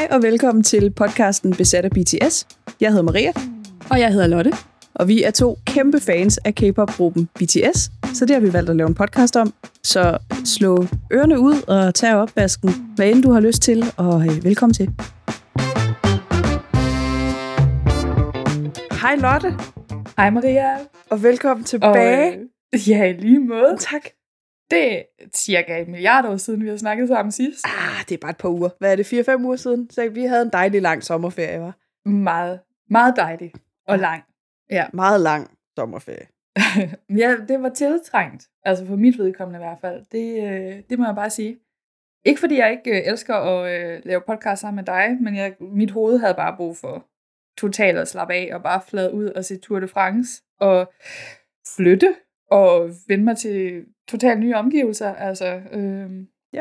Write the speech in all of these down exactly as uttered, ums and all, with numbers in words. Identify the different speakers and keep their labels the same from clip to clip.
Speaker 1: Hej og velkommen til podcasten Besat af B T S. Jeg hedder Maria.
Speaker 2: Og jeg hedder Lotte.
Speaker 1: Og vi er to kæmpe fans af K-pop-gruppen B T S, så det har vi valgt at lave en podcast om. Så slå ørerne ud og tag opvasken, hvad end du har lyst til, og øh, velkommen til. Hej Lotte.
Speaker 2: Hej Maria.
Speaker 1: Og velkommen tilbage.
Speaker 2: Og, øh, ja, i lige måde.
Speaker 1: Tak.
Speaker 2: Det er cirka en milliard år siden, vi har snakket sammen sidst.
Speaker 1: Ah, det er bare et par uger. Hvad er det, fire fem uger siden? Så vi havde en dejlig lang sommerferie, var?
Speaker 2: Meget, meget dejlig og lang.
Speaker 1: Ja, meget lang sommerferie.
Speaker 2: Ja, det var tiltrængt. Altså for mit vedkommende i hvert fald. Det, øh, det må jeg bare sige. Ikke fordi jeg ikke øh, elsker at øh, lave podcast sammen med dig, men jeg, mit hoved havde bare brug for totalt at slappe af og bare flade ud og se Tour de France og flytte og vende mig til totalt nye omgivelser. Altså, øh,
Speaker 1: ja.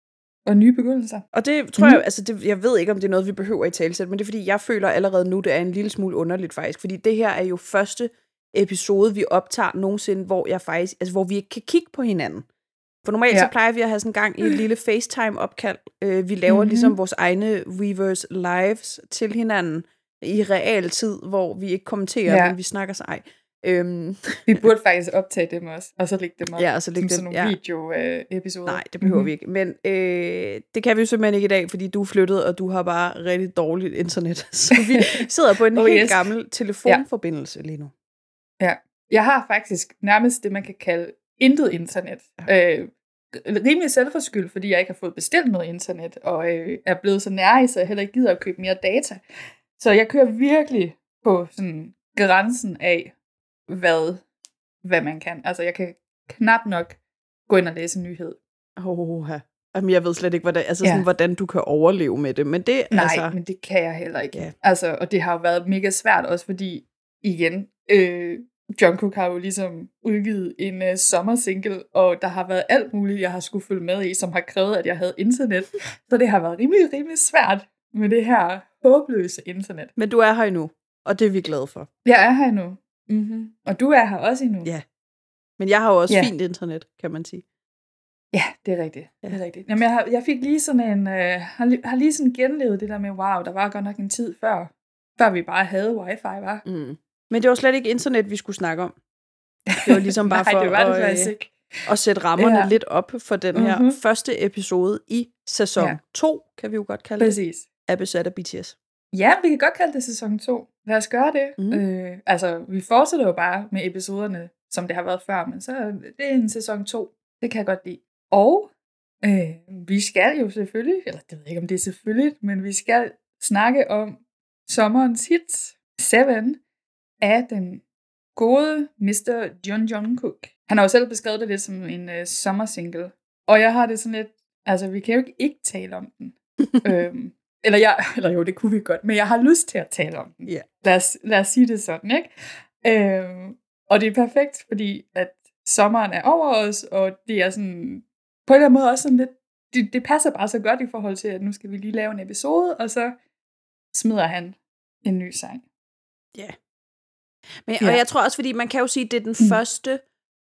Speaker 2: Og nye begyndelser.
Speaker 1: Og det tror mm. jeg, altså det, jeg ved ikke, om det er noget, vi behøver i talesæt, men det er fordi, jeg føler allerede nu, det er en lille smule underligt faktisk, fordi det her er jo første episode, vi optager nogensinde, hvor jeg faktisk, altså hvor vi ikke kan kigge på hinanden. For normalt ja. så plejer vi at have sådan en gang i et lille FaceTime-opkald. Øh, vi laver mm-hmm. ligesom vores egne Weverse lives til hinanden i real tid, hvor vi ikke kommenterer, ja. men vi snakker sig ej. Øhm.
Speaker 2: Vi burde faktisk optage dem også, og så lægge dem op
Speaker 1: ja, og så lægge
Speaker 2: som
Speaker 1: dem,
Speaker 2: sådan nogle
Speaker 1: ja.
Speaker 2: video-episoder.
Speaker 1: Nej, det behøver mm-hmm. vi ikke. Men øh, det kan vi jo simpelthen ikke i dag, fordi du er flyttet, og du har bare rigtig dårligt internet. Så vi sidder på en oh, helt yes. gammel telefonforbindelse ja. lige nu.
Speaker 2: Ja, jeg har faktisk nærmest det, man kan kalde intet internet. Ja. Øh, rimelig selvforskyldt, fordi jeg ikke har fået bestilt noget internet, og øh, er blevet så nær i, så jeg heller ikke gider at købe mere data. Så jeg kører virkelig på sådan grænsen af, hvad, hvad man kan. Altså, jeg kan knap nok gå ind og læse en nyhed.
Speaker 1: Åh, Jamen, jeg ved slet ikke, hvordan, altså,
Speaker 2: ja.
Speaker 1: sådan, hvordan du kan overleve med det. Men det,
Speaker 2: Nej,
Speaker 1: altså...
Speaker 2: men det kan jeg heller ikke.
Speaker 1: Ja.
Speaker 2: Altså, og det har jo været mega svært også, fordi, igen, øh, Jungkook har jo ligesom udgivet en uh, sommersingle, og der har været alt muligt, jeg har skulle følge med i, som har krævet, at jeg havde internet. Så det har været rimelig, rimelig svært med det her håbløse internet.
Speaker 1: Men du er her endnu, og det er vi glade for.
Speaker 2: Jeg er her endnu. Mm-hmm. Og du er her også endnu.
Speaker 1: Ja. Men jeg har jo også
Speaker 2: ja.
Speaker 1: fint internet, kan man sige.
Speaker 2: Ja, det er rigtigt. Ja. Det er rigtigt. Jamen, jeg, har, jeg fik lige sådan en, øh, har, har lige sådan genlevet det der med, wow, der var godt nok en tid før, før vi bare havde wifi, var.
Speaker 1: Mm. Men det var slet ikke internet, vi skulle snakke om. Det var ligesom bare
Speaker 2: Nej,
Speaker 1: for
Speaker 2: det var det
Speaker 1: at,
Speaker 2: faktisk ikke.
Speaker 1: at sætte rammerne ja. lidt op for den her
Speaker 2: mm-hmm.
Speaker 1: første episode i sæson to, ja. kan vi jo godt kalde
Speaker 2: Præcis.
Speaker 1: det. Af Besat af B T S.
Speaker 2: Ja, vi kan godt kalde det sæson to. Lad os gøre det. Mm. Øh, altså, vi fortsætter jo bare med episoderne, som det har været før, men så det er en sæson to. Det kan jeg godt lide. Og øh, vi skal jo selvfølgelig, eller det ved jeg ikke, om det er selvfølgelig, men vi skal snakke om sommerens hits, Seven, af den gode mister Jung Jungkook. Han har jo selv beskrevet det lidt som en øh, sommersingle, og jeg har det sådan lidt, altså vi kan jo ikke, ikke tale om den. øhm, Eller, jeg, eller jo, det kunne vi godt, men jeg har lyst til at tale om den.
Speaker 1: Yeah.
Speaker 2: Lad, os, lad os sige det sådan, ikke? Øhm, og det er perfekt, fordi at sommeren er over os, og det er sådan, på en eller anden måde også sådan lidt, det, det passer bare så godt i forhold til, at nu skal vi lige lave en episode, og så smider han en ny sang.
Speaker 1: Ja. Yeah. Men,
Speaker 2: ja.
Speaker 1: Og jeg tror også, fordi man kan jo sige, at det er den mm. første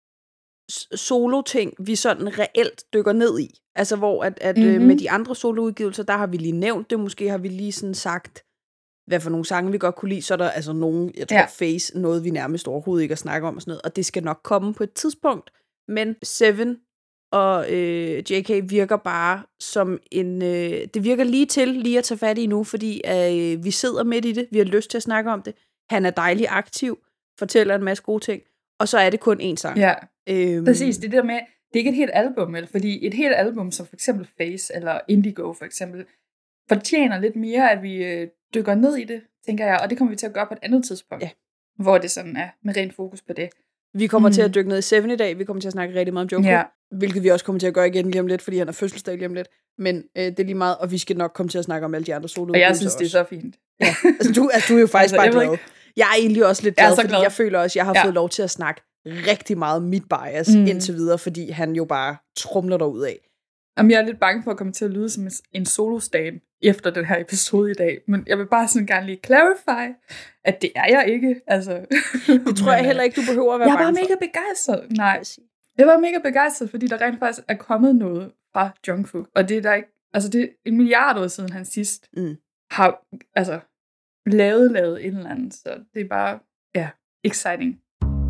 Speaker 1: solo-ting, vi sådan reelt dykker ned i. Altså hvor at, at mm-hmm. med de andre soloudgivelser, der har vi lige nævnt det, måske har vi lige sådan sagt, hvad for nogle sange vi godt kunne lide, så er der altså nogen, jeg tror ja. Face, noget vi nærmest overhovedet ikke har snakket om og sådan noget, og det skal nok komme på et tidspunkt, men Seven og øh, J K virker bare som en, øh, det virker lige til lige at tage fat i nu, fordi øh, vi sidder midt i det, vi har lyst til at snakke om det, han er dejlig aktiv, fortæller en masse gode ting, og så er det kun én sang.
Speaker 2: Ja.
Speaker 1: Øhm.
Speaker 2: Præcis, det der med, det er ikke et helt album, eller, fordi et helt album, som for eksempel Face eller Indigo for eksempel, fortjener lidt mere, at vi øh, dykker ned i det, tænker jeg, og det kommer vi til at gøre på et andet tidspunkt,
Speaker 1: ja.
Speaker 2: hvor det sådan er med rent fokus på det.
Speaker 1: Vi kommer mm. til at dykke ned i Seven i dag, vi kommer til at snakke rigtig meget om Jungkook, ja. hvilket vi også kommer til at gøre igen lige om lidt, fordi han har fødselsdag lige om lidt, men øh, det er lige meget, og vi skal nok komme til at snakke om alle de andre solo.
Speaker 2: Og jeg synes, det er så fint.
Speaker 1: Ja. Altså, du, altså, du er jo faktisk
Speaker 2: altså,
Speaker 1: bare glad. Ikke. Jeg er egentlig også lidt glad,
Speaker 2: jeg
Speaker 1: fordi
Speaker 2: glad.
Speaker 1: jeg føler også, at jeg har
Speaker 2: ja.
Speaker 1: fået lov til at snakke rigtig meget mit bias mm. indtil videre, fordi han jo bare trumler derud af.
Speaker 2: Jamen, jeg er lidt bange for at komme til at lyde som en solo-stand efter den her episode i dag, men jeg vil bare sådan gerne lige clarify, at det er jeg ikke. Altså,
Speaker 1: det tror jeg heller ikke, du behøver at være
Speaker 2: jeg
Speaker 1: bange for.
Speaker 2: Jeg var mega begejstret. Nej, jeg var mega begejstret, fordi der rent faktisk er kommet noget fra Jungkook, og det er der ikke altså det er en milliard år siden, han sidst
Speaker 1: mm.
Speaker 2: har altså, lavet, lavet et eller andet. Så det er bare, ja, exciting.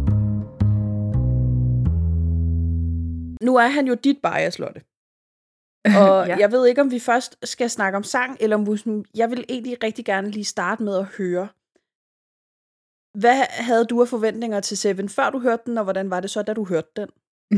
Speaker 1: Nu er han jo dit bias, Lotte. Og
Speaker 2: ja.
Speaker 1: jeg ved ikke, om vi først skal snakke om sang, eller om vi, jeg vil egentlig rigtig gerne lige starte med at høre. Hvad havde du af forventninger til Seven, før du hørte den, og hvordan var det så, da du hørte den?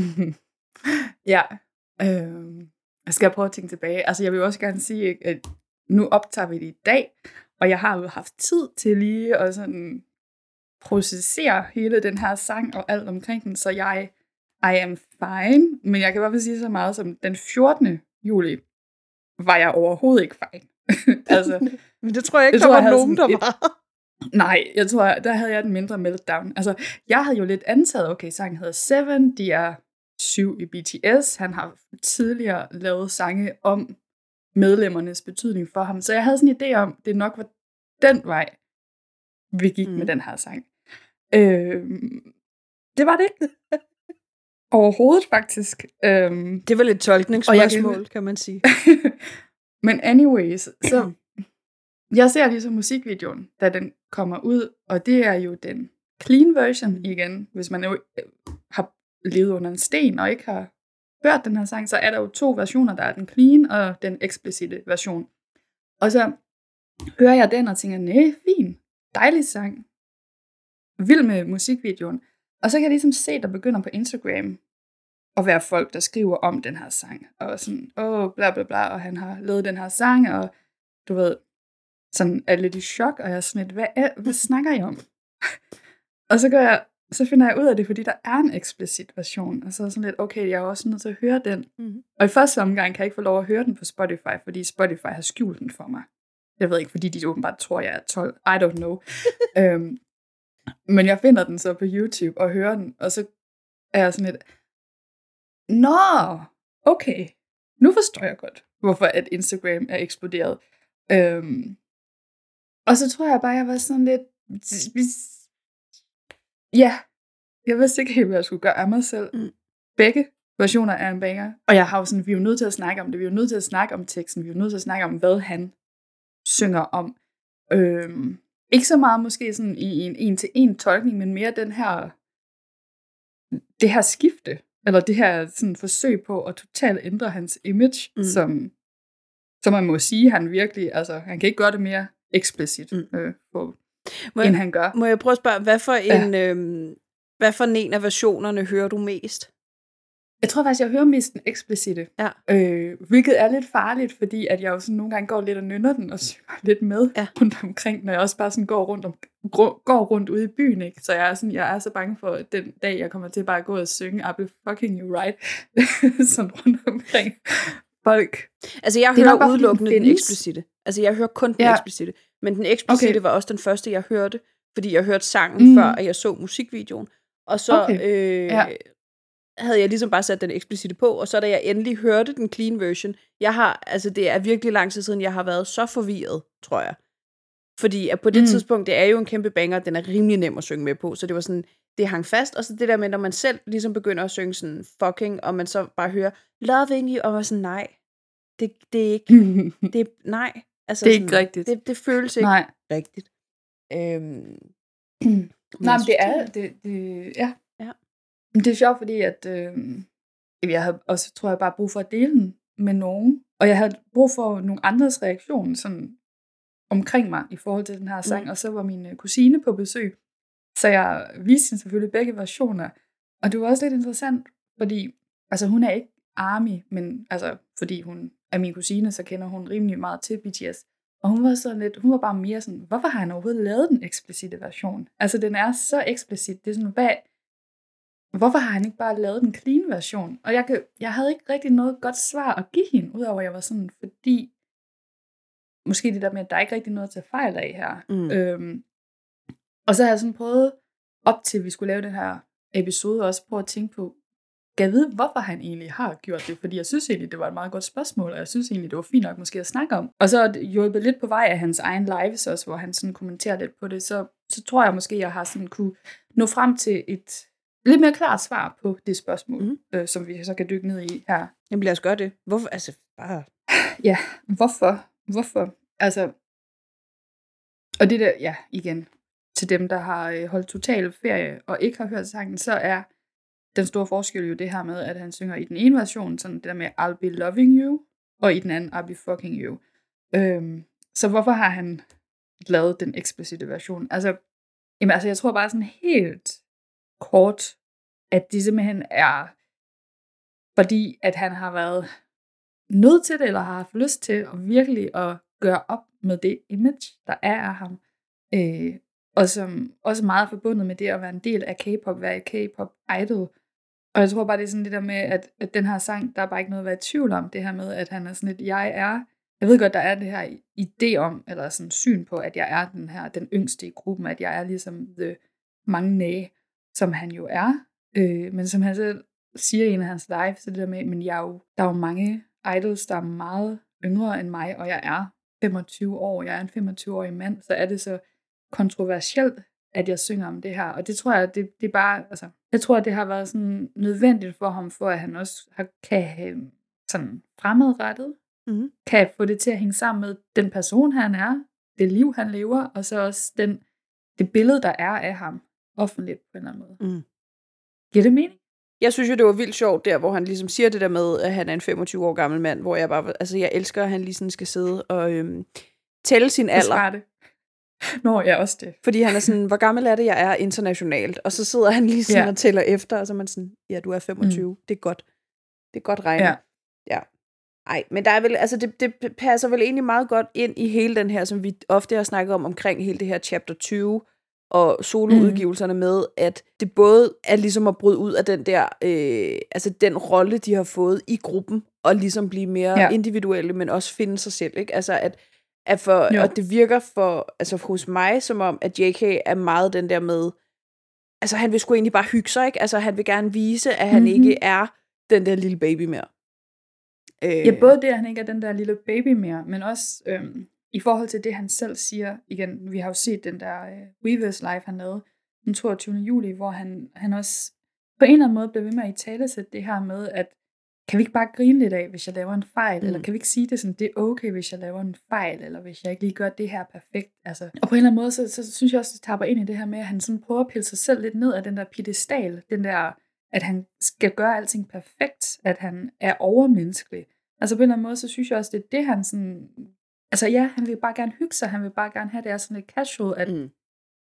Speaker 2: ja, øh, jeg skal prøve at tænke tilbage. Altså, jeg vil også gerne sige, at nu optager vi det i dag, og jeg har jo haft tid til lige at sådan processere hele den her sang og alt omkring den, så jeg I am fine, men jeg kan i hvert fald sige så meget som den fjortende juli var jeg overhovedet ikke fine. altså,
Speaker 1: men det tror jeg ikke, jeg der tror, var nogen, der var.
Speaker 2: Et, nej, jeg tror, der havde jeg den mindre meltdown. Altså, jeg havde jo lidt antaget, okay, sangen hedder Seven, de er syv i B T S, han har tidligere lavet sange om medlemmernes betydning for ham, så jeg havde sådan en idé om, det nok var den vej, vi gik mm. med den her sang. Øh, det var det ikke. Overhovedet, faktisk. Øhm,
Speaker 1: det var lidt tolkningsspørgsmål, kan... kan man sige.
Speaker 2: Men anyways, så jeg ser ligesom musikvideoen, da den kommer ud, og det er jo den clean version igen. Hvis man jo har levet under en sten og ikke har hørt den her sang, så er der jo to versioner. Der er den clean og den eksplicite version. Og så hører jeg den og tænker, nej, fin, dejlig sang. Vild med musikvideoen. Og så kan jeg ligesom se, der begynder på Instagram at være folk, der skriver om den her sang. Og sådan, åh, bla bla bla, og han har lavet den her sang, og du ved, sådan er lidt i chok, og jeg er sådan lidt, hvad, er, hvad snakker I om? og så, gør jeg, så finder jeg ud af det, fordi der er en eksplicit version, og så er jeg sådan lidt, okay, jeg er også nødt til at høre den. Mm-hmm. Og i første omgang kan jeg ikke få lov at høre den på Spotify, fordi Spotify har skjult den for mig. Jeg ved ikke, fordi de åbenbart tror, jeg er tolv. I don't know. øhm, Men jeg finder den så på YouTube og hører den, og så er jeg sådan lidt, nå, okay, nu forstår jeg godt, hvorfor at Instagram er eksploderet. Øhm, og så tror jeg bare, jeg var sådan lidt, ja, jeg vidste ikke helt, hvad jeg skulle gøre af mig selv. Mm. Begge versioner er en banger, og jeg har jo sådan, vi er jo nødt til at snakke om det, vi er jo nødt til at snakke om teksten, vi er jo nødt til at snakke om, hvad han synger om. Øhm, Ikke så meget måske sådan i en en-til-en tolkning, men mere den her, det her skifte, eller det her sådan forsøg på at totalt ændre hans image, mm. som, som man må sige, han virkelig, altså han kan ikke gøre det mere eksplicit, mm. øh, på,
Speaker 1: må
Speaker 2: end
Speaker 1: jeg,
Speaker 2: han gør.
Speaker 1: Må jeg prøve at spørge, hvad for en, ja. øhm, hvad for en af versionerne hører du mest?
Speaker 2: Jeg tror faktisk, jeg hører mest den eksplicite.
Speaker 1: Ja.
Speaker 2: Øh, hvilket er lidt farligt, fordi at jeg jo sådan nogle gange går lidt og nynner den og synger lidt med
Speaker 1: ja.
Speaker 2: rundt omkring, når jeg også bare sådan går rundt, om, går rundt ude i byen, ikke? Så jeg er, sådan, jeg er så bange for, at den dag, jeg kommer til bare at gå og synge I Be Fucking You Right, sådan rundt omkring folk.
Speaker 1: Altså jeg hører bare, udelukkende den, den eksplicite. Altså jeg hører kun den ja. eksplicite. Men den eksplicite okay. var også den første, jeg hørte, fordi jeg hørte sangen mm. før, og jeg så musikvideoen. Og så... Okay. Øh, ja. havde jeg ligesom bare sat den eksplicite på, og så da jeg endelig hørte den clean version, jeg har, altså det er virkelig lang tid siden, jeg har været så forvirret, tror jeg. Fordi at på det mm. tidspunkt, det er jo en kæmpe banger, den er rimelig nem at synge med på, så det var sådan, det hang fast, og så det der med, når man selv ligesom begynder at synge sådan fucking, og man så bare hører loving you, og man sådan, nej, det, det er ikke, det er, nej. Altså,
Speaker 2: det er
Speaker 1: sådan,
Speaker 2: ikke rigtigt.
Speaker 1: Det, det føles ikke nej. rigtigt. Øhm,
Speaker 2: nej, men det er, det, det, ja.
Speaker 1: ja.
Speaker 2: Det er sjovt, fordi at øh, jeg havde også, tror jeg, bare brug for at dele den med nogen. Og jeg havde brug for nogle andres reaktion sådan, omkring mig i forhold til den her sang. Mm. Og så var min øh, kusine på besøg. Så jeg viste hende selvfølgelig begge versioner. Og det var også lidt interessant, fordi altså, hun er ikke Army, men altså, fordi hun er min kusine, så kender hun rimelig meget til B T S. Og hun var så lidt, hun var bare mere sådan, hvorfor har han overhovedet lavet den eksplicite version? Altså, den er så eksplicit. Det er sådan, hvad... Hvorfor har han ikke bare lavet den clean version? Og jeg, kan, jeg havde ikke rigtig noget godt svar at give hende, udover at jeg var sådan, fordi måske det der med, at der er ikke rigtig noget at tage fejl af her. Mm. Øhm, og så har jeg sådan prøvet, op til vi skulle lave den her episode, også prøve at tænke på, kan jeg vide, hvorfor han egentlig har gjort det? Fordi jeg synes egentlig, det var et meget godt spørgsmål, og jeg synes egentlig, det var fint nok måske at snakke om. Og så er det hjulpet lidt på vej af hans egen lives også, hvor han sådan kommenterer lidt på det. Så, så tror jeg måske, jeg har sådan kunne nå frem til et lidt mere klart svar på det spørgsmål, mm. øh, som vi så kan dykke ned i her.
Speaker 1: Jamen lad os gøre det. Hvorfor? Altså, bare
Speaker 2: ja, hvorfor? Hvorfor? Altså, og det der, ja, igen, til dem, der har øh, holdt total ferie og ikke har hørt sangen, så er den store forskel jo det her med, at han synger i den ene version, sådan det der med, I'll be loving you, og i den anden, I'll be fucking you. Øhm, så hvorfor har han lavet den eksplicite version? Altså, jamen, altså, jeg tror bare sådan helt kort, at det simpelthen er, fordi at han har været nødt til det, eller har haft lyst til at virkelig at gøre op med det image, der er af ham. Øh, og som også meget forbundet med det at være en del af K-pop, være et K-pop idol. Og jeg tror bare, det er sådan det der med, at, at den her sang, der er bare ikke noget at være i tvivl om, det her med, at han er sådan et, jeg er, jeg ved godt, der er det her idé om, eller sådan syn på, at jeg er den her, den yngste i gruppen, at jeg er ligesom the mange næ, som han jo er. Øh, men som han selv siger i en af hans live, så det der med, men jeg er jo, der er jo mange idols, der er meget yngre end mig, og jeg er femogtyve år, jeg er en femogtyve-årig mand, så er det så kontroversielt, at jeg synger om det her. Og det tror jeg, det, det er bare, altså, jeg tror, at det har været sådan nødvendigt for ham, for at han også har, kan have sådan fremadrettet, mm-hmm. kan få det til at hænge sammen med den person, han er, det liv, han lever, og så også den, det billede, der er af ham, offentligt på en eller anden måde. Mm. Giver det mening?
Speaker 1: Jeg synes jo, det var vildt sjovt der, hvor han ligesom siger det der med, at han er en femogtyve år gammel mand, hvor jeg bare, altså jeg elsker, at han lige sådan skal sidde og øhm, tælle sin alder.
Speaker 2: Det. Nå, ja, også det.
Speaker 1: Fordi han er sådan, hvor gammel er det, jeg er internationalt? Og så sidder han lige sådan ja. og tæller efter, og så er man sådan, ja, du er femogtyve, mm. det er godt. Det er godt regnet. Ja. ja. Ej, men der er vel, altså det, det passer vel egentlig meget godt ind i hele den her, som vi ofte har snakket om, omkring hele det her chapter tyve, og soloudgivelserne mm. med, at det både er ligesom at bryde ud af den der, øh, altså den rolle, de har fået i gruppen, og ligesom blive mere ja. individuelle, men også finde sig selv, ikke? Altså at, at for, og det virker for, altså hos mig, som om, at J K er meget den der med, altså han vil sgu egentlig bare hygge sig, ikke? Altså han vil gerne vise, at han mm-hmm. ikke er den der lille baby mere.
Speaker 2: Øh. Ja, både det, at han ikke er den der lille baby mere, men også øhm, i forhold til det, han selv siger, igen, vi har jo set den der uh, Weavers live, han lavede den toogtyvende juli, hvor han, han også på en eller anden måde blev ved med at italesætte det her med, at kan vi ikke bare grine lidt af, hvis jeg laver en fejl, mm. eller kan vi ikke sige det sådan, det er okay, hvis jeg laver en fejl, eller hvis jeg ikke lige gør det her perfekt, altså. Og på en eller anden måde, så, så synes jeg også, det tapper ind i det her med, at han sådan prøver at pille sig selv lidt ned af den der piedestal, den der, at han skal gøre alting perfekt, at han er overmenneskelig. Altså på en eller anden måde, så synes jeg også, det er det, han sådan, altså ja, han vil bare gerne hygge sig, han vil bare gerne have det er sådan lidt casual, at, mm.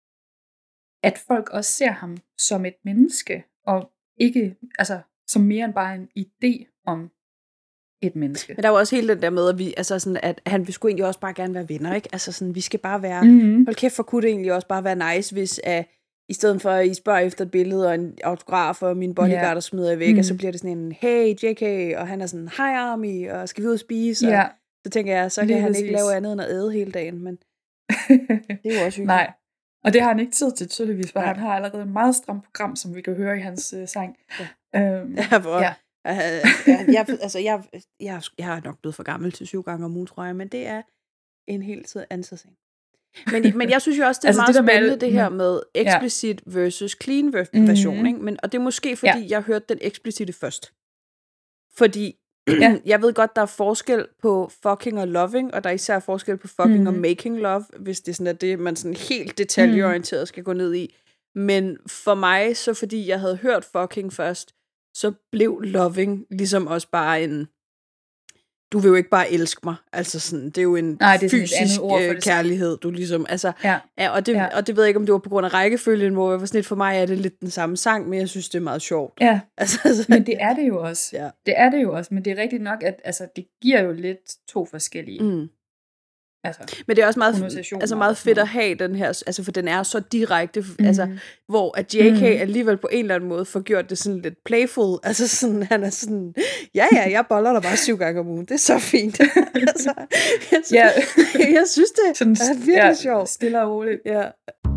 Speaker 2: at folk også ser ham som et menneske, og ikke, altså som mere end bare en idé om et menneske.
Speaker 1: Men der var også hele den der med, at, vi, altså sådan, at han vil sgu egentlig også bare gerne være venner, ikke? Altså sådan, vi skal bare være, mm-hmm. hold kæft, for kunne det egentlig også bare være nice, hvis at, i stedet for at I spørger efter et billede og en autograf, og min bodyguard yeah. smider i væk, mm. og så bliver det sådan en, hey J K, og han er sådan, hej Army, og skal vi ud og spise? Og yeah. så tænker jeg, så kan Lige han præcis. ikke lave andet end at æde hele dagen, men det er jo også hyggeligt.
Speaker 2: Nej, og det har han ikke tid til tydeligvis, for Nej. han har allerede et meget stramt program, som vi kan høre i hans uh, sang.
Speaker 1: Ja. Øhm, ja, hvor, ja. Jeg, jeg, jeg, altså, jeg, jeg, jeg har nok blevet for gammel til syv gange om ugen, tror jeg, men det er en helt anden sag. Men, men jeg synes jo også, det er altså, meget det spændende, med, det her med explicit ja. versus clean version, mm-hmm. ikke? Men, og det er måske, fordi ja. jeg hørte den explicite først. Fordi, ja. jeg ved godt, der er forskel på fucking og loving, og der er især forskel på fucking mm-hmm. og making love, hvis det sådan er det, man sådan helt detaljeorienteret skal gå ned i. Men for mig, så fordi jeg havde hørt fucking først, så blev loving ligesom også bare en, du vil jo ikke bare elske mig, altså sådan, det er jo en Nej, det er fysisk øh, kærlighed, du ligesom, altså, ja. Ja, og, det, ja. og det ved jeg ikke, om det var på grund af rækkefølgen, hvor jeg var sådan lidt, for mig er det lidt den samme sang, men jeg synes, det er meget sjovt.
Speaker 2: Ja,
Speaker 1: altså,
Speaker 2: altså, men det er det jo også, ja. det er det jo også, men det er rigtigt nok, at altså, det giver jo lidt to forskellige. Mm. Altså,
Speaker 1: men det er også meget, altså meget fedt at have den her, altså for den er så direkte, mm. altså hvor at J K mm. alligevel på en eller anden måde får gjort det sådan lidt playful, altså sådan, han er sådan, ja ja, jeg boller der bare syv gange om ugen, det er så fint. altså, jeg, synes, yeah. jeg synes det sådan, er virkelig ja, sjovt.
Speaker 2: Stille og roligt.
Speaker 1: Ja.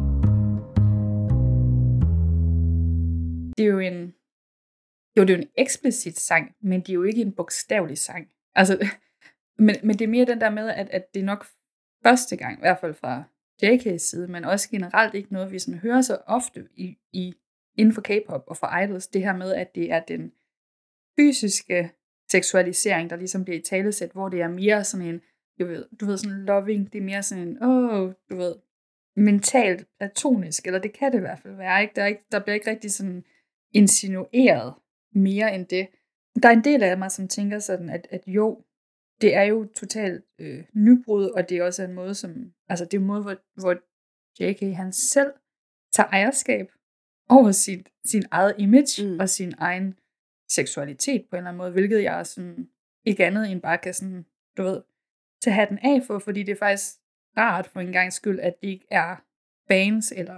Speaker 2: Det er jo en, jo det er jo en eksplicit sang, men det er jo ikke en bogstavelig sang. Altså, Men, men det er mere den der med, at, at det er nok første gang, i hvert fald fra J K's side, men også generelt ikke noget, vi sådan hører så ofte i, i, inden for K-pop og for idols, det her med, at det er den fysiske seksualisering, der ligesom bliver i talesæt, hvor det er mere sådan en, du ved, du ved sådan loving, det er mere sådan en, åh, oh, du ved, mentalt platonisk, eller det kan det i hvert fald være, ikke? Der, er ikke, der bliver ikke rigtig sådan insinueret mere end det. Der er en del af mig, som tænker sådan, at, at jo, det er jo totalt øh, nybrud, og det er også en måde, som, altså det er en måde, hvor, hvor J K han selv tager ejerskab over sit, sin eget image, mm. og sin egen seksualitet på en eller anden måde, hvilket jeg sådan, ikke andet end bare kan sådan, du ved, tage hatten af for, fordi det er faktisk rart for en gang skyld, at det ikke er fans eller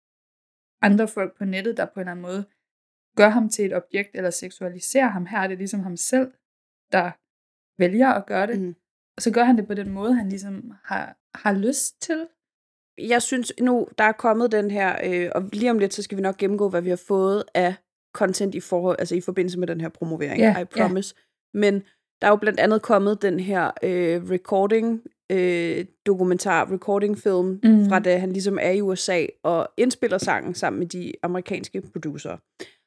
Speaker 2: andre folk på nettet, der på en eller anden måde gør ham til et objekt, eller seksualiserer ham. Her er det ligesom ham selv, der vælger at gøre det. Mm. Og så gør han det på den måde, han ligesom har, har lyst til.
Speaker 1: Jeg synes nu, der er kommet den her, øh, og lige om lidt, så skal vi nok gennemgå, hvad vi har fået af content i forhold, altså i forbindelse med den her promovering, yeah, I promise. Yeah. Men der er jo blandt andet kommet den her øh, recording, øh, dokumentar, recording film, mm. fra da han ligesom er i U S A og indspiller sangen sammen med de amerikanske producer.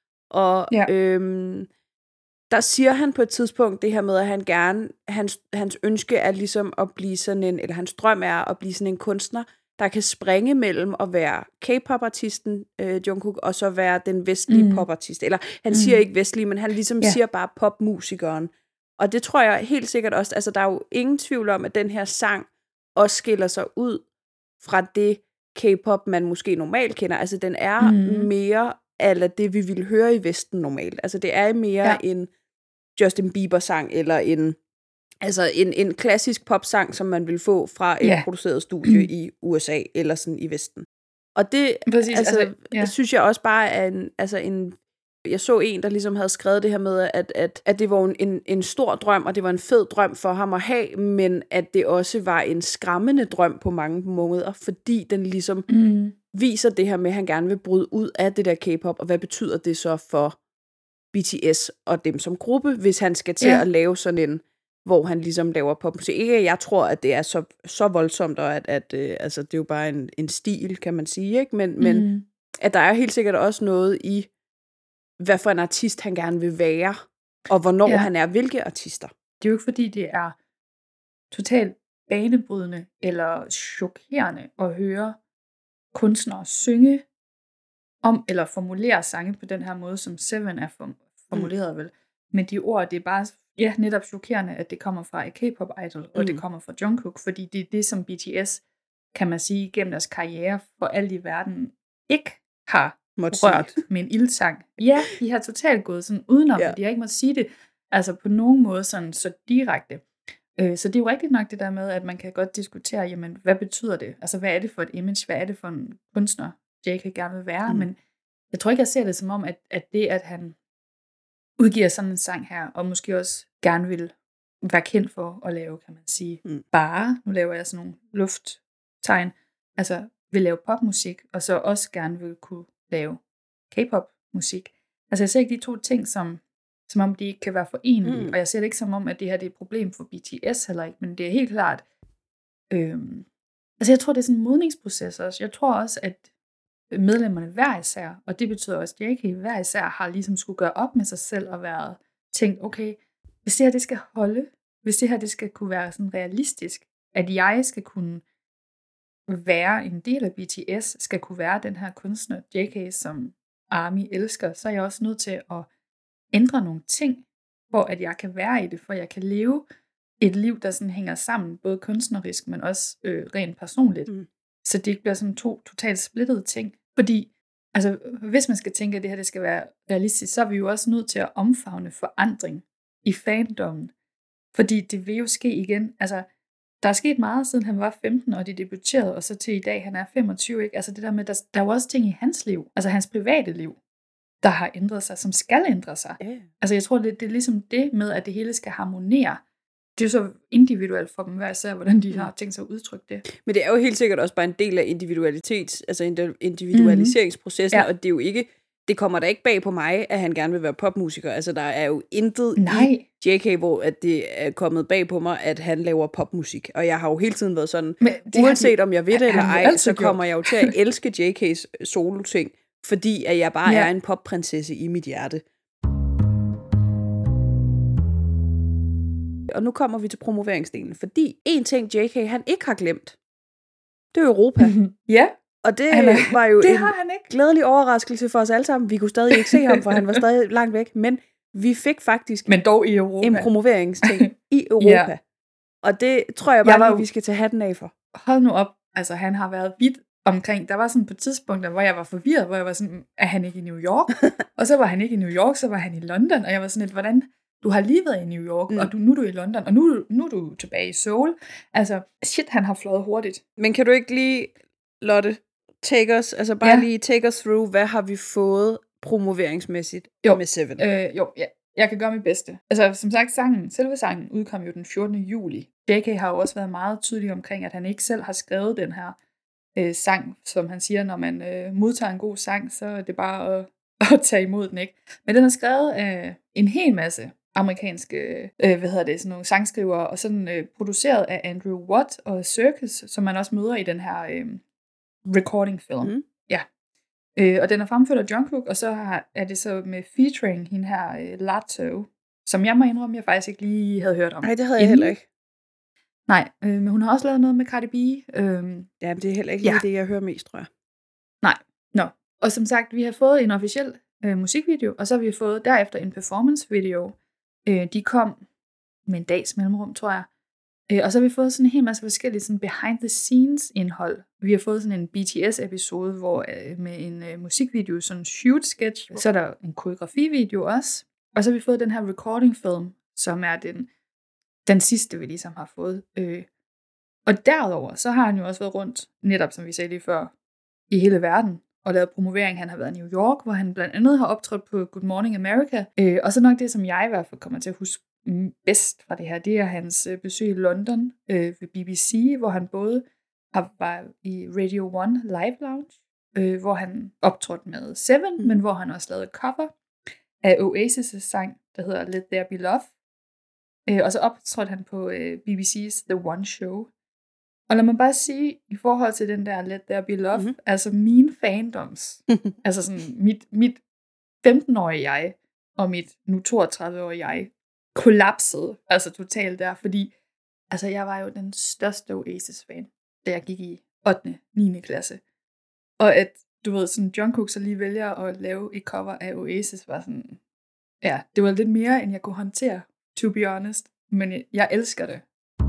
Speaker 1: Og yeah. øhm, der siger han på et tidspunkt det her med, at han gerne, hans, hans ønske er ligesom at blive sådan en, eller hans drøm er at blive sådan en kunstner, der kan springe mellem at være K-pop-artisten øh, Jungkook, og så være den vestlige mm. popartist. Eller han mm. siger ikke vestlige, men han ligesom yeah. siger bare popmusikeren. Og det tror jeg helt sikkert også, altså der er jo ingen tvivl om, at den her sang også skiller sig ud fra det K-pop, man måske normalt kender. Altså den er mm. mere eller det, vi ville høre i Vesten normalt. Altså det er mere ja. en Justin Bieber-sang, eller en, altså en, en klassisk popsang, som man vil få fra et yeah. produceret studie i U S A, eller sådan i Vesten. Og det Præcis, altså, altså, ja. synes jeg også bare er en, altså en, jeg så en, der ligesom havde skrevet det her med, at, at, at det var en, en stor drøm, og det var en fed drøm for ham at have, men at det også var en skræmmende drøm på mange måder, fordi den ligesom mm. viser det her med, at han gerne vil bryde ud af det der K-pop, og hvad betyder det så for B T S og dem som gruppe, hvis han skal til yeah. at lave sådan en, hvor han ligesom laver popmusik. Ikke, jeg tror, at det er så, så voldsomt, og at, at øh, altså, det er jo bare en, en stil, kan man sige, ikke? Men, mm. men at der er helt sikkert også noget i, hvad for en artist han gerne vil være, og hvornår ja. han er, hvilke artister.
Speaker 2: Det er jo ikke, fordi det er totalt banebrydende, eller chokerende at høre kunstnere synge om, eller formulere sange på den her måde, som Seven er formuleret mm. vel. Men de ord, det er bare ja, netop chokerende, at det kommer fra et K-pop idol, og mm. det kommer fra Jungkook, fordi det er det, som B T S, kan man sige, gennem deres karriere for alt i verden, ikke har måtte rørt sige. Med en ildsang. Ja, de har totalt gået sådan udenom, ja. De har ikke måttet sige det, altså på nogen måde sådan så direkte. Øh, så det er jo rigtigt nok det der med, at man kan godt diskutere, jamen, hvad betyder det? Altså, hvad er det for et image? Hvad er det for en kunstner, J K gerne vil være? Mm. Men jeg tror ikke, jeg ser det som om, at, at det, at han udgiver sådan en sang her, og måske også gerne vil være kendt for at lave, kan man sige, mm. bare, nu laver jeg sådan nogle lufttegn, altså vil lave popmusik, og så også gerne vil kunne lave K-pop-musik. Altså jeg ser ikke de to ting, som, som om de ikke kan være forenelige, mm. og jeg ser det ikke som om, at det her det er et problem for B T S heller ikke, men det er helt klart, øhm, altså jeg tror, det er sådan en modningsproces også. Jeg tror også, at medlemmerne hver især, og det betyder også, at J K hver især har ligesom skulle gøre op med sig selv og været tænkt, okay, hvis det her det skal holde, hvis det her det skal kunne være sådan realistisk, at jeg skal kunne være en del af B T S, skal kunne være den her kunstner, J K, som ARMY elsker, så er jeg også nødt til at ændre nogle ting, for at jeg kan være i det, for jeg kan leve et liv, der sådan hænger sammen, både kunstnerisk, men også øh, rent personligt. Mm. Så det ikke bliver sådan to totalt splittede ting. Fordi, altså, hvis man skal tænke, at det her det skal være realistisk, så er vi jo også nødt til at omfavne forandring i fandommen. Fordi det vil jo ske igen. Altså, der er sket meget, siden han var femten, og de debuterede, og så til i dag, han er femogtyve, ikke? Altså det der med, der, der er jo også ting i hans liv, altså hans private liv, der har ændret sig, som skal ændre sig. Yeah. Altså jeg tror, det, det er ligesom det med, at det hele skal harmonere. Det er jo så individuelt for dem hver især, hvordan de har tænkt sig at udtrykke det.
Speaker 1: Men det er jo helt sikkert også bare en del af individualitet, altså individualiseringsprocessen, mm-hmm. og det er jo ikke, det kommer da ikke bag på mig, at han gerne vil være popmusiker. Altså der er jo intet Nej. i J K, hvor at det er kommet bag på mig, at han laver popmusik. Og jeg har jo hele tiden været sådan, uanset om jeg ved det eller ej, så kommer jeg jo til at elske J K's solo-ting, fordi at jeg bare ja. er en popprinsesse i mit hjerte. Og nu kommer vi til promoveringsdelen, fordi en ting J K han ikke har glemt, det er Europa.
Speaker 2: Ja.
Speaker 1: Og det er, var jo
Speaker 2: det
Speaker 1: en
Speaker 2: har han ikke.
Speaker 1: glædelig overraskelse for os alle sammen. Vi kunne stadig ikke se ham, for han var stadig langt væk. Men vi fik faktisk
Speaker 2: Men dog i Europa.
Speaker 1: en promoveringsting i Europa. Ja. Og det tror jeg bare, jeg var, lige, vi skal tage hatten af for.
Speaker 2: Hold nu op. Altså, han har været vidt omkring. Der var sådan på tidspunkter, hvor jeg var forvirret, hvor jeg var sådan, er han ikke i New York? Og så var han ikke i New York, så var han i London. Og jeg var sådan lidt, hvordan? Du har lige været i New York, mm. og du, nu er du i London, og nu, nu er du tilbage i Seoul. Altså, shit, han har fløjet hurtigt.
Speaker 1: Men kan du ikke lige, Lotte, take us, altså bare ja. lige take us through, hvad har vi fået promoveringsmæssigt
Speaker 2: jo.
Speaker 1: med Seven?
Speaker 2: Øh, jo, ja. Jeg kan gøre mit bedste. Altså, som sagt, sangen, selve sangen udkom jo den fjortende juli. J K har jo også været meget tydelig omkring, at han ikke selv har skrevet den her øh, sang, som han siger, når man øh, modtager en god sang, så er det bare at, at tage imod den, ikke? Men den er skrevet af øh, en hel masse amerikanske, øh, hvad hedder det, sådan nogle sangskrivere, og sådan øh, produceret af Andrew Watt og Circus, som man også møder i den her øh, recording film. Mm. Ja. Øh, og den er fremført af Jungkook, og så har, er det så med featuring hende her, øh, Latto, som jeg må indrømme, jeg faktisk ikke lige havde hørt om.
Speaker 1: Nej, det havde jeg inden. heller ikke.
Speaker 2: Nej, øh, men hun har også lavet noget med Cardi B. Øh,
Speaker 1: ja, det er heller ikke ja. lige det, jeg hører mest, tror jeg.
Speaker 2: Nej, nå. No. Og som sagt, vi har fået en officiel øh, musikvideo, og så har vi fået derefter en performance-video. Øh, de kom med en dags mellemrum, tror jeg. Øh, og så har vi fået sådan en hel masse forskellige sådan behind-the-scenes-indhold. Vi har fået sådan en B T S-episode, hvor øh, med en øh, musikvideo, sådan en shoot-sketch. Så er der en koreografivideo også. Og så har vi fået den her recording-film, som er den, den sidste, vi ligesom har fået. Øh, og derudover, så har han jo også været rundt, netop som vi sagde lige før, i hele verden, og lavet promovering. Han har været i New York, hvor han blandt andet har optrådt på Good Morning America. Øh, og så nok det, som jeg i hvert fald kommer til at huske bedst fra det her, det er hans besøg i London øh, ved B B C, hvor han både har været i Radio one Live Lounge, øh, hvor han optrådte med Seven, mm. men hvor han også lavede cover af Oasis' sang, der hedder Let There Be Love. Øh, og så optrådte han på øh, B B C's The One Show. Og lad mig bare sige, i forhold til den der Let There Be Love, mm-hmm. altså mine fandoms, altså sådan mit, mit femten-årige jeg, og mit nu toogtredive-årige jeg, kollapsede, altså totalt der, fordi altså jeg var jo den største Oasis-fan, da jeg gik i ottende niende klasse. Og at, du ved, sådan Jungkook så lige vælger at lave et cover af Oasis, var sådan, ja, det var lidt mere, end jeg kunne håndtere, to be honest, men jeg, jeg elsker det.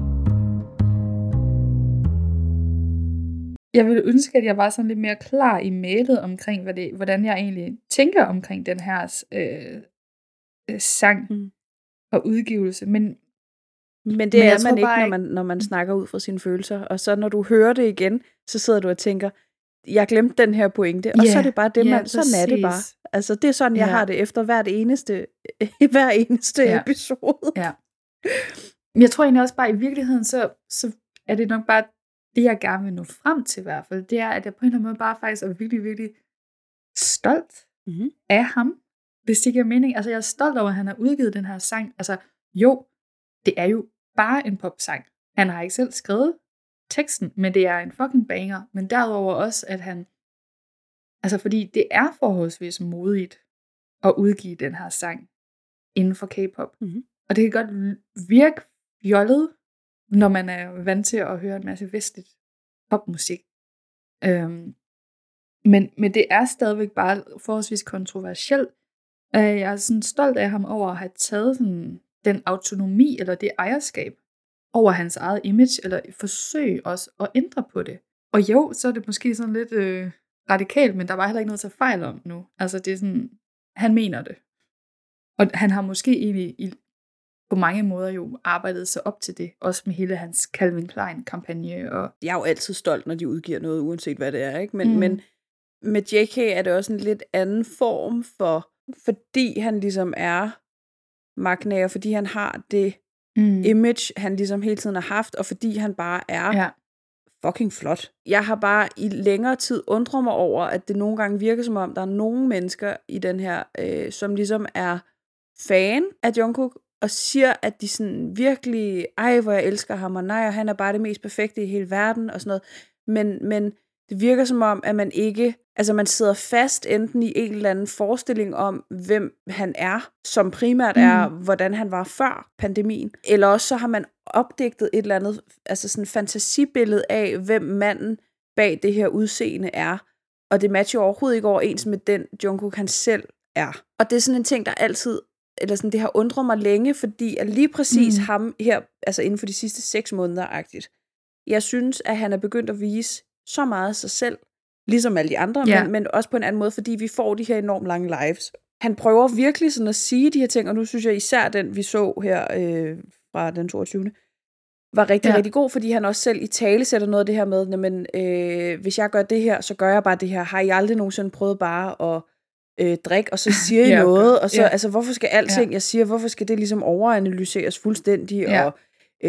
Speaker 2: Jeg ville ønske, at jeg var sådan lidt mere klar i mailet omkring, hvad det, hvordan jeg egentlig tænker omkring den her øh, øh, sang mm. og udgivelse. Men,
Speaker 1: men det men er man ikke, når man, når man snakker ud fra sine følelser. Og så når du hører det igen, så sidder du og tænker, jeg glemte den her pointe. Og yeah, så er det bare det, man, yeah, sådan er det bare. Altså det er sådan, jeg yeah. har det efter hvert eneste, hver eneste yeah. episode.
Speaker 2: Ja. Men jeg tror egentlig også bare, i virkeligheden, så, så er det nok bare, det jeg gerne vil nå frem til i hvert fald, det er, at jeg på en eller anden måde bare faktisk er virkelig, virkelig stolt mm-hmm. af ham, hvis det giver mening. Altså jeg er stolt over, at han har udgivet den her sang. Altså jo, det er jo bare en popsang. Han har ikke selv skrevet teksten, men det er en fucking banger. Men derudover også, at han, altså fordi det er forholdsvis modigt at udgive den her sang inden for K-pop. Mm-hmm. Og det kan godt virke fjollet, når man er vant til at høre en masse vestligt popmusik. Øhm, men, men det er stadigvæk bare forholdsvis kontroversielt. Øh, jeg er sådan stolt af ham over at have taget sådan, den autonomi eller det ejerskab over hans eget image, eller forsøg også at ændre på det. Og jo, så er det måske sådan lidt øh, radikalt, men der var heller ikke noget at tage fejl om nu. Altså det er sådan, han mener det. Og han har måske egentlig i på mange måder jo arbejdet sig op til det, også med hele hans Calvin Klein-kampagne. Og
Speaker 1: jeg er jo altid stolt, når de udgiver noget, uanset hvad det er, ikke? Men, mm. men med J K er det også en lidt anden form for, fordi han ligesom er magtnager, fordi han har det mm. image, han ligesom hele tiden har haft, og fordi han bare er ja. fucking flot. Jeg har bare i længere tid undret mig over, at det nogle gange virker som om, der er nogle mennesker i den her, øh, som ligesom er fan af Jungkook, og siger, at de sådan virkelig, ej, hvor jeg elsker ham, og nej, og han er bare det mest perfekte i hele verden, og sådan noget. Men, men Det virker som om, at man ikke, altså man sidder fast enten i en eller anden forestilling om, hvem han er, som primært er, mm. hvordan han var før pandemien, eller også så har man opdigtet et eller andet, altså sådan et fantasibillede af, hvem manden bag det her udseende er, og det matcher overhovedet ikke overens med den Jungkook han selv er. Og det er sådan en ting, der altid, eller sådan, det har undret mig længe, fordi at lige præcis mm. ham her, altså inden for de sidste seks måneder-agtigt, jeg synes, at han er begyndt at vise så meget af sig selv, ligesom alle de andre, ja. men, men også på en anden måde, fordi vi får de her enormt lange lives. Han prøver virkelig sådan at sige de her ting, og nu synes jeg især den, vi så her øh, fra den toogtyvende var rigtig, ja. rigtig god, fordi han også selv i tale sætter noget af det her med, men øh, hvis jeg gør det her, så gør jeg bare det her. Har I aldrig nogensinde prøvet bare at øh, drikke, og så siger I ja, noget, og så, ja. altså, hvorfor skal alting, ja. jeg siger, hvorfor skal det ligesom overanalyseres fuldstændig, ja. og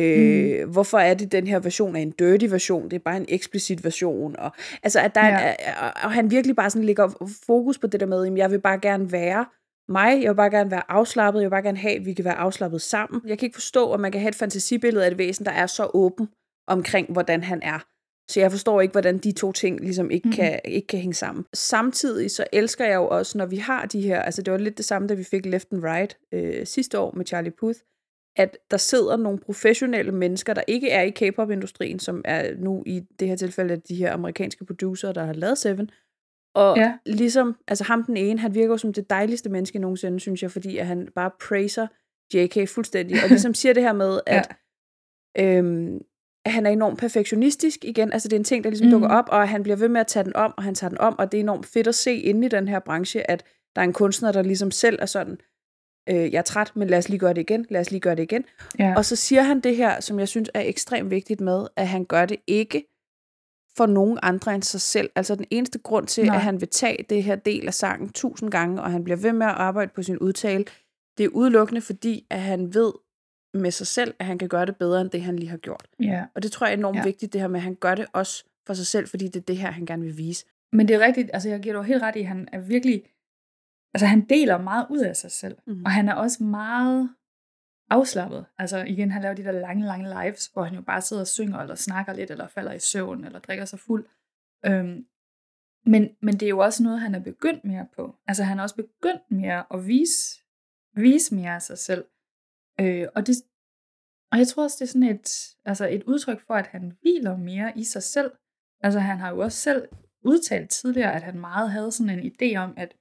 Speaker 1: Øh, mm. hvorfor er det den her version af en dirty version, det er bare en eksplicit version, og, altså, at der ja. er, og, og han virkelig bare sådan lægger fokus på det der med, at jeg vil bare gerne være mig, jeg vil bare gerne være afslappet, jeg vil bare gerne have, at vi kan være afslappet sammen. Jeg kan ikke forstå, at man kan have et fantasibillede af et væsen, der er så åben omkring, hvordan han er. Så jeg forstår ikke, hvordan de to ting ligesom ikke, mm. kan, ikke kan hænge sammen. Samtidig så elsker jeg jo også, når vi har de her, altså det var lidt det samme, da vi fik Left and Right øh, sidste år med Charlie Puth, at der sidder nogle professionelle mennesker, der ikke er i K-pop-industrien, som er nu i det her tilfælde de her amerikanske producer, der har lavet Seven. Og ja. ligesom, altså ham den ene, han virker jo som det dejligste menneske nogensinde, synes jeg, fordi at han bare praiser J K fuldstændig, og ligesom siger det her med, at, ja. øhm, at han er enormt perfektionistisk igen, altså det er en ting, der ligesom mm. dukker op, og han bliver ved med at tage den om, og han tager den om, og det er enormt fedt at se inde i den her branche, at der er en kunstner, der ligesom selv er sådan, jeg er træt, men lad os lige gøre det igen, lad os lige gøre det igen. Ja. Og så siger han det her, som jeg synes er ekstremt vigtigt med, at han gør det ikke for nogen andre end sig selv. Altså den eneste grund til, Nej. at han vil tage det her del af sangen tusind gange, og han bliver ved med at arbejde på sin udtale, det er udelukkende fordi, at han ved med sig selv, at han kan gøre det bedre, end det han lige har gjort. Ja. Og det tror jeg er enormt ja. vigtigt, det her med, at han gør det også for sig selv, fordi det er det her, han gerne vil vise.
Speaker 2: Men det er rigtigt, altså jeg giver dig helt ret i, at han er virkelig, altså han deler meget ud af sig selv, mm. og han er også meget afslappet. Altså igen, han laver de der lange, lange lives, hvor han jo bare sidder og synger, eller snakker lidt, eller falder i søvn, eller drikker sig fuld. Øhm, men, men det er jo også noget, han er begyndt mere på. Altså han er også begyndt mere at vise, vise mere af sig selv. Øh, og, det, og jeg tror også, det er sådan et, altså et udtryk for, at han hviler mere i sig selv. Altså han har jo også selv udtalt tidligere, at han meget havde sådan en idé om, at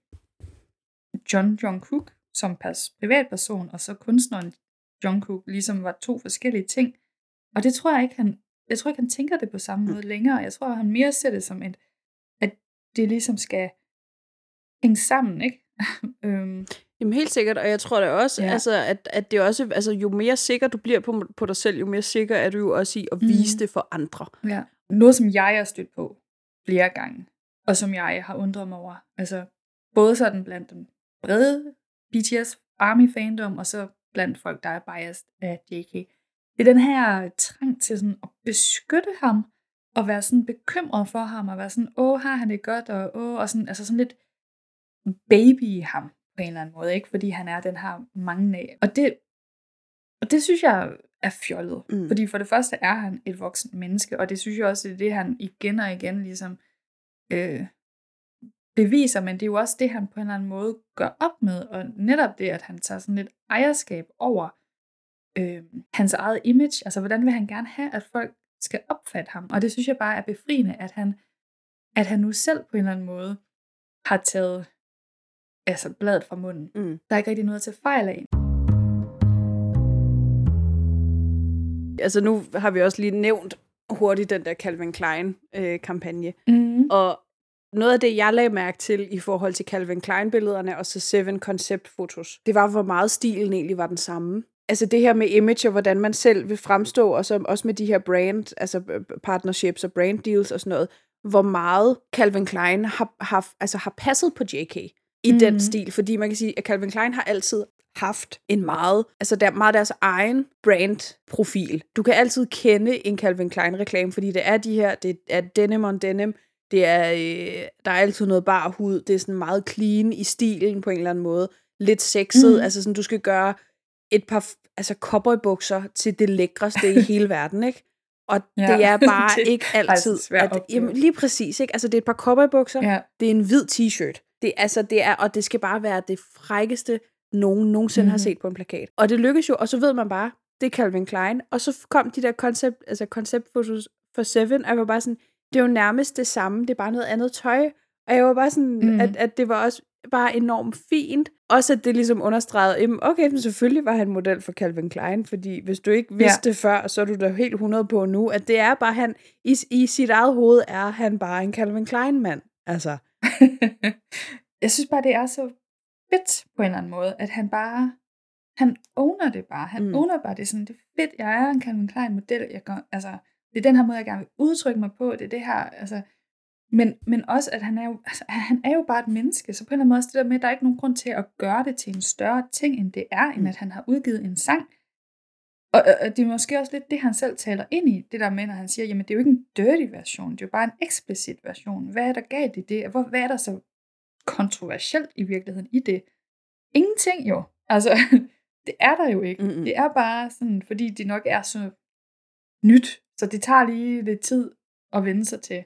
Speaker 2: John Jungkook som pers- privatperson, og så kunstneren Jungkook ligesom var to forskellige ting. Og det tror jeg ikke, han, jeg tror ikke, han tænker det på samme måde længere. Jeg tror, han mere ser det som, et, at det ligesom skal hænge sammen, ikke? øhm.
Speaker 1: Jamen helt sikkert, og jeg tror da også, ja. altså, at, at det også, altså, jo mere sikker du bliver på, på dig selv, jo mere sikker er du jo også i at vise mm. det for andre.
Speaker 2: Ja. Noget, som jeg har stødt på flere gange, og som jeg har undret mig over, altså både sådan blandt den brede B T S Army-fandom, og så blandt folk, der er biased af J K. Det er den her trang til sådan at beskytte ham, og være sådan bekymret for ham, og være sådan, åh, har han det godt, og åh, og sådan, altså sådan lidt baby i ham, på en eller anden måde, ikke? Fordi han er den her mange af. Og det, og det synes jeg er fjollet. Mm. Fordi for det første er han et voksen menneske, og det synes jeg også, det er det, han igen og igen ligesom øh, beviser, men det er jo også det, han på en eller anden måde gør op med, og netop det, at han tager sådan lidt ejerskab over øh, hans eget image, altså hvordan vil han gerne have, at folk skal opfatte ham, og det synes jeg bare er befriende, at han, at han nu selv på en eller anden måde har taget altså bladet fra munden. Mm. Der er ikke rigtig noget at tage fejl af.
Speaker 1: Altså nu har vi også lige nævnt hurtigt den der Calvin Klein-kampagne, øh, mm. og noget af det, jeg lagde mærke til i forhold til Calvin Klein-billederne og så Seven Concept-fotos, det var, hvor meget stilen egentlig var den samme. Altså det her med image og hvordan man selv vil fremstå, og så også med de her brand, altså partnerships og brand deals og sådan noget, hvor meget Calvin Klein har, har, altså har passet på J K i mm-hmm. den stil. Fordi man kan sige, at Calvin Klein har altid haft en meget, altså der er meget deres egen brand-profil. Du kan altid kende en Calvin Klein-reklame, fordi det er de her, det er denim on denim, det er, øh, der er altid noget bar hud, det er sådan meget clean i stilen på en eller anden måde, lidt sexet, mm. altså sådan, du skal gøre et par altså cowboybukser til det lækreste i hele verden, ikke? Og
Speaker 2: Ja,
Speaker 1: det er bare
Speaker 2: det
Speaker 1: ikke
Speaker 2: er altså
Speaker 1: altid,
Speaker 2: svært
Speaker 1: at,
Speaker 2: opgave.
Speaker 1: jamen, lige præcis, ikke? Altså, det er et par cowboybukser,
Speaker 2: Ja.
Speaker 1: det er en hvid t-shirt. Det, altså, det er, og det skal bare være det frækkeste, nogen nogensinde mm-hmm. har set på en plakat. Og det lykkes jo, og så ved man bare, det er Calvin Klein. Og så kom de der koncept, altså konceptfotos for Seven, og jeg var bare sådan, det er jo nærmest det samme, det er bare noget andet tøj. Og jeg var bare sådan, mm. at, at det var også bare enormt fint. Også at det ligesom understregede, okay, men selvfølgelig var han model for Calvin Klein, fordi hvis du ikke vidste ja. det før, så er du da helt hundrede på nu, at det er bare han, i, i sit eget hoved er han bare en Calvin Klein-mand. Altså.
Speaker 2: Jeg synes bare, det er så fedt på en eller anden måde, at han bare, han owner det bare. Han mm. owner bare det sådan, det er fedt, jeg er en Calvin Klein-model. Jeg går, altså, det er den her måde, jeg gerne vil udtrykke mig på, det er det her, altså. Men, men også, at han er, jo, altså, han er jo bare et menneske, så på en eller anden måde også det der med, at der er ikke nogen grund til at gøre det til en større ting, end det er, end at han har udgivet en sang. Og, og det er måske også lidt det, han selv taler ind i, det der med, når han siger, jamen det er jo ikke en dirty version, det er jo bare en eksplicit version. Hvad er der galt i det? Hvor, hvad er der så kontroversielt i virkeligheden i det? Ingenting jo. Altså, det er der jo ikke. Mm-hmm. Det er bare sådan, fordi det nok er så nyt, så det tager lige lidt tid at vende sig til.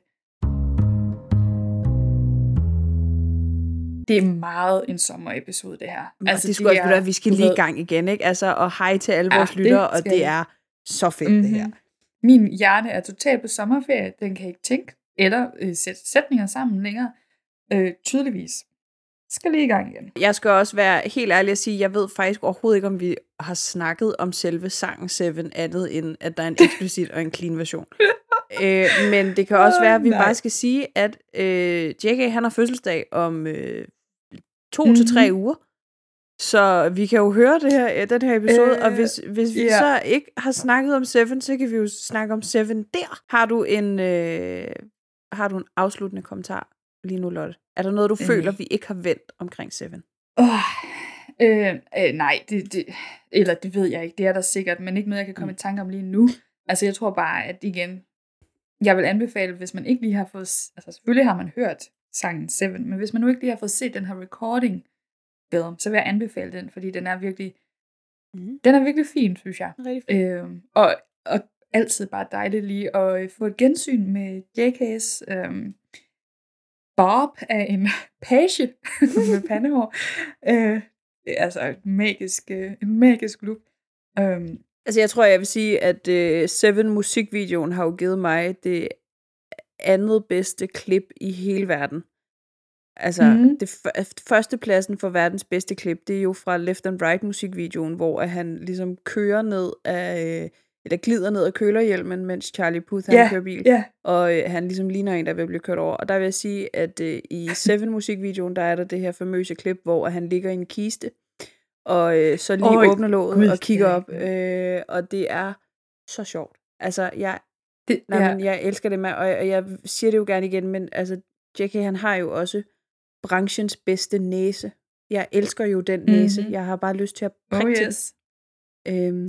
Speaker 2: Det er meget en sommerepisode, det her.
Speaker 1: Altså, det skulle også være, at vi skal lige i gang igen, ikke? Altså, og hej til alle vores ja, lyttere, og det er så fedt, mm-hmm. det her.
Speaker 2: Min hjerne er totalt på sommerferie. Den kan ikke tænke eller øh, sætte sætninger sammen længere. Øh, tydeligvis. Skal lige i gang igen.
Speaker 1: Jeg skal også være helt ærlig at sige, jeg ved faktisk overhovedet ikke, om vi har snakket om selve sangen Seven, andet end, at der er en eksplicit og en clean version. øh, men det kan også være, at vi Nej. bare skal sige, at øh, J K, han har fødselsdag om øh, to mm-hmm. til tre uger. Så vi kan jo høre det her, den her episode, øh, og hvis, hvis vi yeah. så ikke har snakket om Seven, så kan vi jo snakke om Seven der. Har du en, øh, har du en afsluttende kommentar lige nu, Lotte? Er der noget, du øh. føler, vi ikke har vendt omkring Seven?
Speaker 2: Oh, øh, øh, nej, det, det, eller det ved jeg ikke. Det er der sikkert, men ikke noget, jeg kan komme mm. i tanke om lige nu. Altså, jeg tror bare, at igen, jeg vil anbefale, hvis man ikke lige har fået, altså selvfølgelig har man hørt sangen Seven, men hvis man nu ikke lige har fået set den her recording bedre, så vil jeg anbefale den, fordi den er virkelig, mm. den er virkelig fin, synes jeg. Øh, og, og altid bare dejligt lige at få et gensyn med J K's øh, Bob af en page med pandehår. øh, det er altså et magisk, øh, en magisk look. Øh,
Speaker 1: altså jeg tror, jeg vil sige, at øh, Seven musikvideoen har jo givet mig det andet bedste klip i hele verden. Altså, mm-hmm. det f- førstepladsen for verdens bedste klip, det er jo fra Left and Right musikvideoen, hvor han ligesom kører ned af, eller glider ned af kølerhjelmen, mens Charlie Puth han yeah, kører bil, yeah. og øh, han ligesom ligner en, der vil blive kørt over. Og der vil jeg sige, at øh, i Seven musikvideoen, der er der det her famøse klip, hvor han ligger i en kiste, og øh, så lige oh, åbner låget God, og kigger op, øh, og det er så sjovt. Altså, jeg, det, nej, ja. men jeg elsker det med, og jeg, og jeg siger det jo gerne igen, men altså, J K, han har jo også branchens bedste næse. Jeg elsker jo den næse. Mm-hmm. Jeg har bare lyst til at prikke
Speaker 2: oh,
Speaker 1: til
Speaker 2: yes.
Speaker 1: øhm,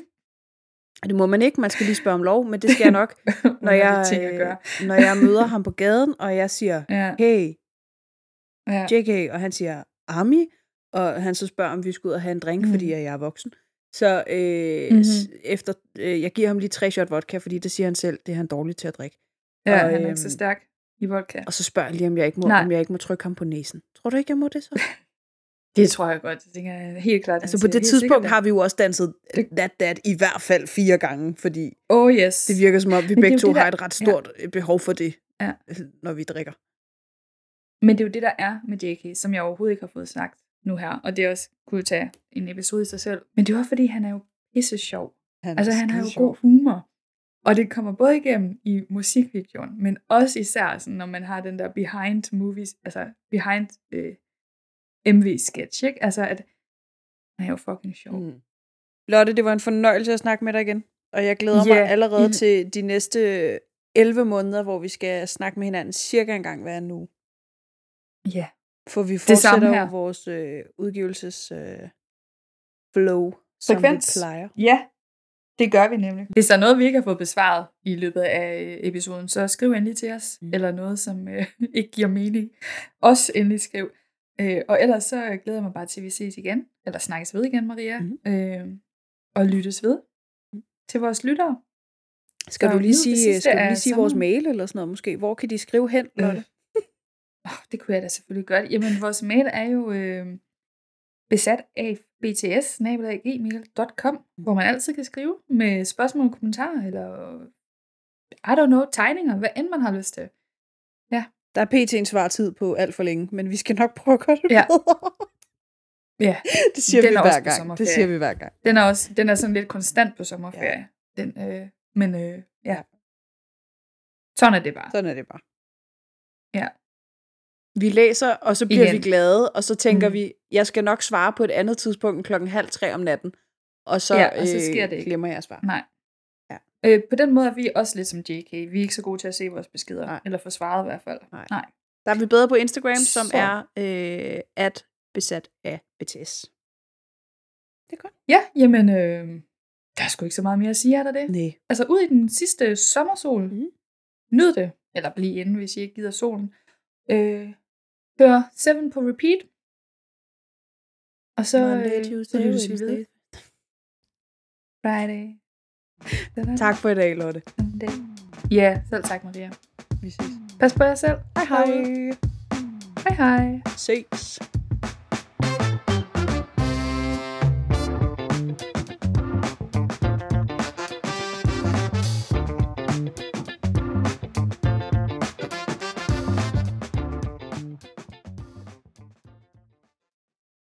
Speaker 1: det må man ikke. Man skal lige spørge om lov, men det skal jeg nok, når, jeg, øh, når jeg møder ham på gaden, og jeg siger, ja. hey, ja. J K, og han siger, Ami, og han så spørger, om vi skal ud og have en drink, mm. fordi jeg er voksen. Så øh, mm-hmm. efter, øh, jeg giver ham lige tre shot vodka, fordi det siger han selv, det er han dårligt til at drikke.
Speaker 2: Ja,
Speaker 1: og,
Speaker 2: han er ikke så stærk i vodka.
Speaker 1: Og så spørger jeg lige, om jeg ikke må, om jeg ikke må trykke ham på næsen. Tror du ikke, jeg må det så?
Speaker 2: Det tror jeg godt. Det er helt klart.
Speaker 1: Altså på det tidspunkt har vi jo også danset That That i hvert fald fire gange, fordi
Speaker 2: oh, yes.
Speaker 1: det virker som om, vi begge to har et ret stort ja. behov for det, ja. når vi drikker.
Speaker 2: Men det er jo det, der er med J K, som jeg overhovedet ikke har fået sagt nu her, og det også kunne tage en episode i sig selv. Men det er også fordi, han er jo pisse sjov. Han altså han har jo sjov. god humor. Og det kommer både igennem i musikvideoen, men også især sådan, når man har den der behind movies, altså behind øh, M V-sketch, ikke? Altså at han er jo fucking sjov. Mm.
Speaker 1: Lotte, det var en fornøjelse at snakke med dig igen, og jeg glæder yeah. mig allerede mm. til de næste elleve måneder, hvor vi skal snakke med hinanden cirka en gang hver en uge.
Speaker 2: Ja. Yeah.
Speaker 1: For vi fortsætter jo vores øh, udgivelses øh, flow, som Frekvens. vi plejer.
Speaker 2: Ja, det gør vi nemlig. Hvis der er noget, vi ikke har fået besvaret i løbet af episoden, så skriv endelig til os, mm. eller noget, som øh, ikke giver mening. Også endelig skriv. Øh, og ellers så glæder jeg mig bare til, at vi ses igen, eller snakkes ved igen, Maria, mm. øh, og lyttes ved mm. til vores lyttere.
Speaker 1: Skal
Speaker 2: Så
Speaker 1: du lige
Speaker 2: nyd det
Speaker 1: sige,
Speaker 2: sidste
Speaker 1: skal du
Speaker 2: af
Speaker 1: lige sige vores
Speaker 2: sommeren.
Speaker 1: mail eller sådan noget måske? Hvor kan de skrive hen, Lotte?
Speaker 2: Øh. Oh, det kunne jeg da selvfølgelig godt. Jamen, vores mail er jo øh, besat af b t s snabel-a gmail punktum com, hvor man altid kan skrive med spørgsmål, kommentarer, eller I don't know, tegninger, hvad end man har lyst til. Ja.
Speaker 1: Der er pt. En svartid på alt for længe, men vi skal nok prøve at gøre det
Speaker 2: Ja.
Speaker 1: bedre.
Speaker 2: Ja.
Speaker 1: Det siger
Speaker 2: Den
Speaker 1: vi
Speaker 2: er
Speaker 1: hver
Speaker 2: også på
Speaker 1: gang. Det
Speaker 2: sommerferie.
Speaker 1: siger vi hver gang.
Speaker 2: Den er også, den er sådan lidt konstant på sommerferie. Den, øh, men øh, ja. Sådan er det bare.
Speaker 1: Sådan er det bare.
Speaker 2: Ja.
Speaker 1: Vi læser, og så bliver
Speaker 2: Igen.
Speaker 1: vi glade, og så tænker
Speaker 2: Mm.
Speaker 1: vi, jeg skal nok svare på et andet tidspunkt klokken halv tre om natten. Og så,
Speaker 2: Ja, og så sker
Speaker 1: øh,
Speaker 2: det ikke.
Speaker 1: glemmer jeg at svare.
Speaker 2: Nej.
Speaker 1: Ja.
Speaker 2: Øh, på den måde er vi også lidt som J K. Vi er ikke så gode til at se vores beskeder.
Speaker 1: Nej.
Speaker 2: Eller få svaret i hvert fald.
Speaker 1: Nej.
Speaker 2: Nej.
Speaker 1: Der er vi bedre på Instagram, som
Speaker 2: Så.
Speaker 1: er øh, at besat af B T S. Det er godt.
Speaker 2: Ja, jamen, øh, der er sgu ikke så meget mere at sige, er der det?
Speaker 1: Nej.
Speaker 2: Altså ud i den sidste sommersol.
Speaker 1: Mm.
Speaker 2: Nyd det. Eller bliv inde, hvis I ikke gider solen. Øh, hør Seven på repeat. Og så,
Speaker 1: Monday,
Speaker 2: øh,
Speaker 1: Tuesday,
Speaker 2: så lyttes vi
Speaker 1: Wednesday.
Speaker 2: videre. Friday.
Speaker 1: Tak for i dag, Lotte.
Speaker 2: Sunday. Ja, selv tak, Maria.
Speaker 1: Vi ses.
Speaker 2: Pas på jer selv.
Speaker 1: Hej hej.
Speaker 2: Hej hej.
Speaker 1: Ses.